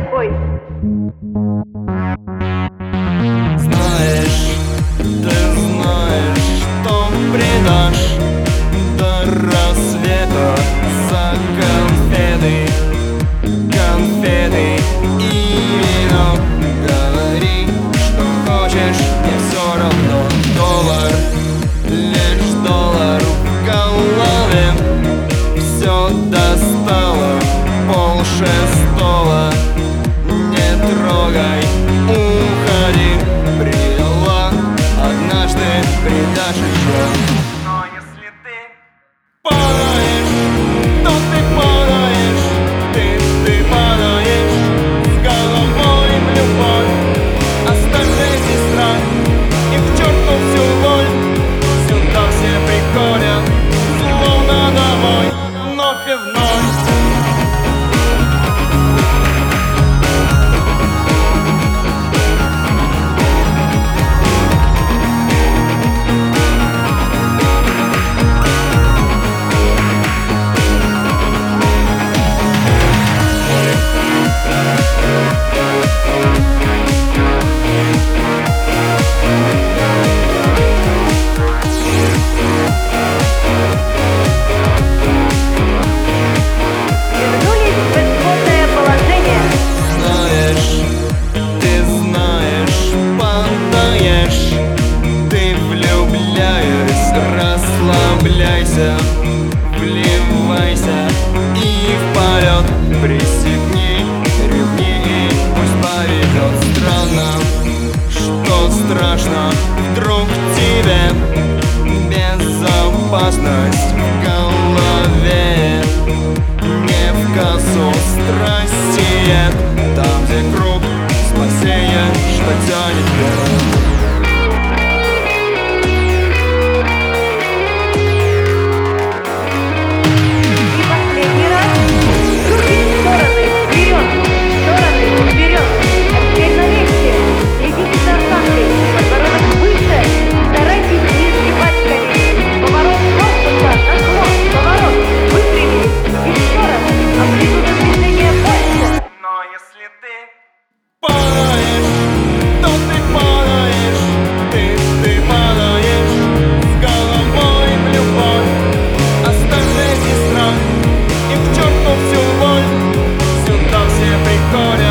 Ой. Знаешь, ты знаешь, что предашь до рассвета за конфеты, конфеты и вино. Говори, что хочешь, мне все равно. Доллар, лишь доллар в голове. Все достало, полшестого. Не трогай, уходи. Предала, однажды предашь еще. Но если ты падаешь, то ты падаешь. Ты падаешь с головой в любовь. Остальная сестра, и к черту всю боль. Сюда все приходят, словно домой, вновь и вновь. Вернулись в исходное положение. Знаешь, ты знаешь, падаешь. Ты влюбляясь, расслабляйся, вливайся и в полет. Пристегни ремни, пусть поведет. Странно, что страшно вдруг тебе. Безопасность в голове, не в кассу страсти. Там, где круг спасения, что тянет вверх. И последний раз. Руки в стороны, вперед, в стороны, вперед. А теперь на месте. Следите за осанкой. Подбородок выше. Старайтесь не сгибать колени. Поворот корпуса, наклон, поворот. Выпрямились. Еще раз. Амплитуда движения больше. Но если ты падаешь, то ты падаешь. Ты падаешь с головой в любовь. Остальная сестра, и к черту всю боль. Сюда все приходят.